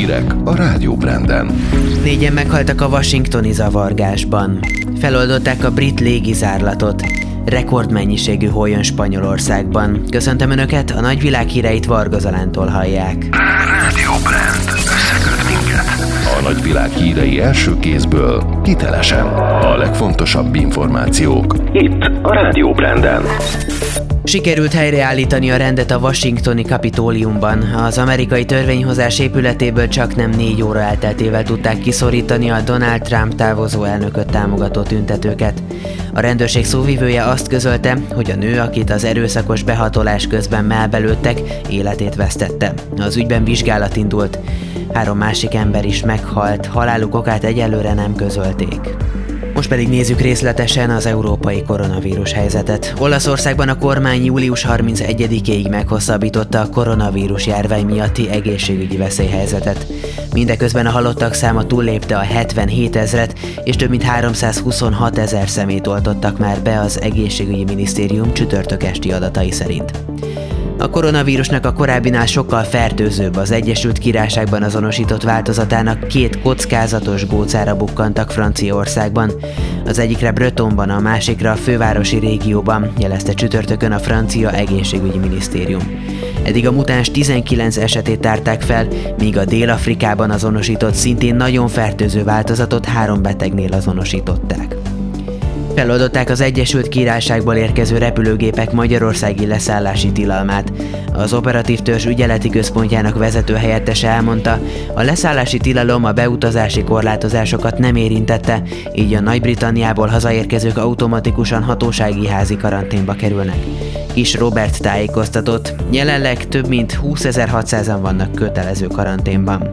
hírek a Rádió Branden. 4-en meghaltak a washingtoni zavargásban. Feloldották a brit légizárlatot. Rekordmennyiségű hó jön Spanyolországban. Köszöntöm Önöket, a nagyvilág híreit Varga Zalántól hallják. Rádió Brand. Összeköt minket. A nagyvilág hírei első kézből, hitelesen. A legfontosabb információk itt a Rádió Branden. Sikerült helyreállítani a rendet a washingtoni Kapitóliumban. Az amerikai törvényhozás épületéből csaknem 4 óra elteltével tudták kiszorítani a Donald Trump távozó elnököt támogató tüntetőket. A rendőrség szóvivője azt közölte, hogy a nő, akit az erőszakos behatolás közben mellbelőttek, életét vesztette. Az ügyben vizsgálat indult. 3 másik ember is meghalt, haláluk okát egyelőre nem közölték. Most pedig nézzük részletesen az európai koronavírus helyzetet. Olaszországban a kormány július 31-ig meghosszabbította a koronavírus járvány miatti egészségügyi veszélyhelyzetet. Mindeközben a halottak száma túllépte a 77 000-et, és több mint 326 000 személyt oltottak már be az egészségügyi minisztérium csütörtök esti adatai szerint. A koronavírusnak a korábbinál sokkal fertőzőbb, az Egyesült Királyságban azonosított változatának 2 kockázatos gócára bukkantak Franciaországban. Az egyikre Bretonban, a másikra a fővárosi régióban, jelezte csütörtökön a francia egészségügyi minisztérium. Eddig a mutáns 19 esetét tárták fel, míg a Dél-Afrikában azonosított szintén nagyon fertőző változatot 3 betegnél azonosították. Feloldották az Egyesült Királyságból érkező repülőgépek magyarországi leszállási tilalmát. Az operatív törzs ügyeleti központjának vezető helyettese elmondta, a leszállási tilalom a beutazási korlátozásokat nem érintette, így a Nagy-Britanniából hazaérkezők automatikusan hatósági házi karanténba kerülnek. Kis Robert tájékoztatott, jelenleg több mint 20.600-an vannak kötelező karanténban.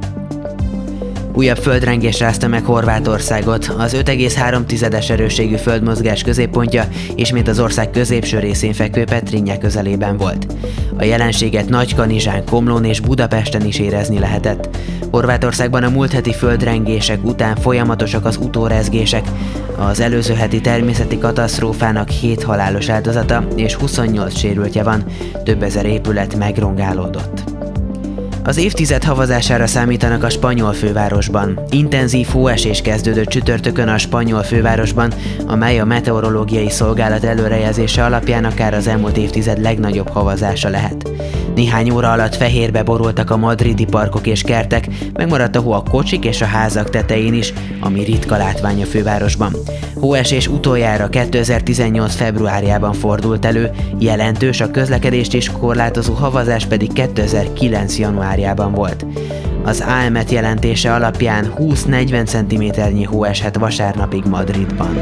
Újabb földrengés rázta meg Horvátországot. Az 5,3-es erősségű földmozgás középpontja ismét az ország középső részén fekvő Petrinje közelében volt. A jelenséget Nagykanizsán, Komlón és Budapesten is érezni lehetett. Horvátországban a múlt heti földrengések után folyamatosak az utórezgések. Az előző heti természeti katasztrófának 7 halálos áldozata és 28 sérültje van, több ezer épület megrongálódott. Az évtized havazására számítanak a spanyol fővárosban. Intenzív hóesés kezdődött csütörtökön a spanyol fővárosban, amely a meteorológiai szolgálat előrejelzése alapján akár az elmúlt évtized legnagyobb havazása lehet. Néhány óra alatt fehérbe borultak a madridi parkok és kertek, megmaradt a hó a kocsik és a házak tetején is, ami ritka látvány a fővárosban. Hóesés utoljára 2018. februárjában fordult elő, jelentős, a közlekedést is korlátozó havazás pedig 2009. januárjában volt. Az AEMET jelentése alapján 20-40 cm-nyi hó eshet vasárnapig Madridban.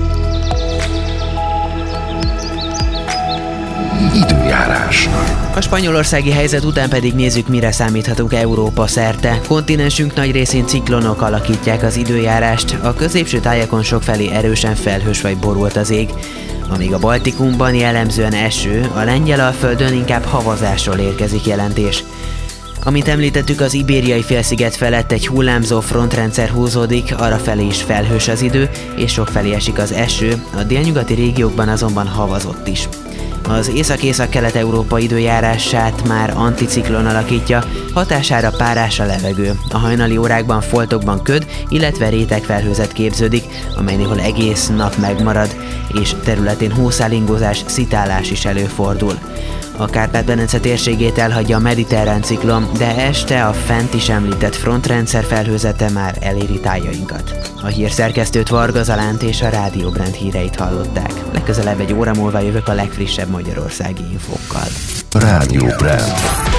Időjárás. A spanyolországi helyzet után pedig nézzük, mire számíthatunk Európa szerte. Kontinensünk nagy részén ciklonok alakítják az időjárást, a középső tájakon sokfelé erősen felhős vagy borult az ég. Amíg a Baltikumban jellemzően eső, a Lengyel-alföldön inkább havazásról érkezik jelentés. Amint említettük, az Ibériai félsziget felett egy hullámzó frontrendszer húzódik, arrafelé is felhős az idő, és sokfelé esik az eső, a délnyugati régiókban azonban havazott is. Az észak-észak-kelet-európa időjárását már anticiklon alakítja, hatására párás a levegő. A hajnali órákban foltokban köd, illetve rétegfelhőzet képződik, amely néhol egész nap megmarad, és területén hószálingózás, szitálás is előfordul. A Kárpát-medence térségét elhagyja a mediterrán ciklon, de este a fent is említett frontrendszer felhőzete már eléri tájainkat. A hírszerkesztőt Varga Zalánt és a Rádió Brand híreit hallották. Legközelebb egy óra múlva jövök a legfrissebb magyarországi infókkal. Rádió Brand.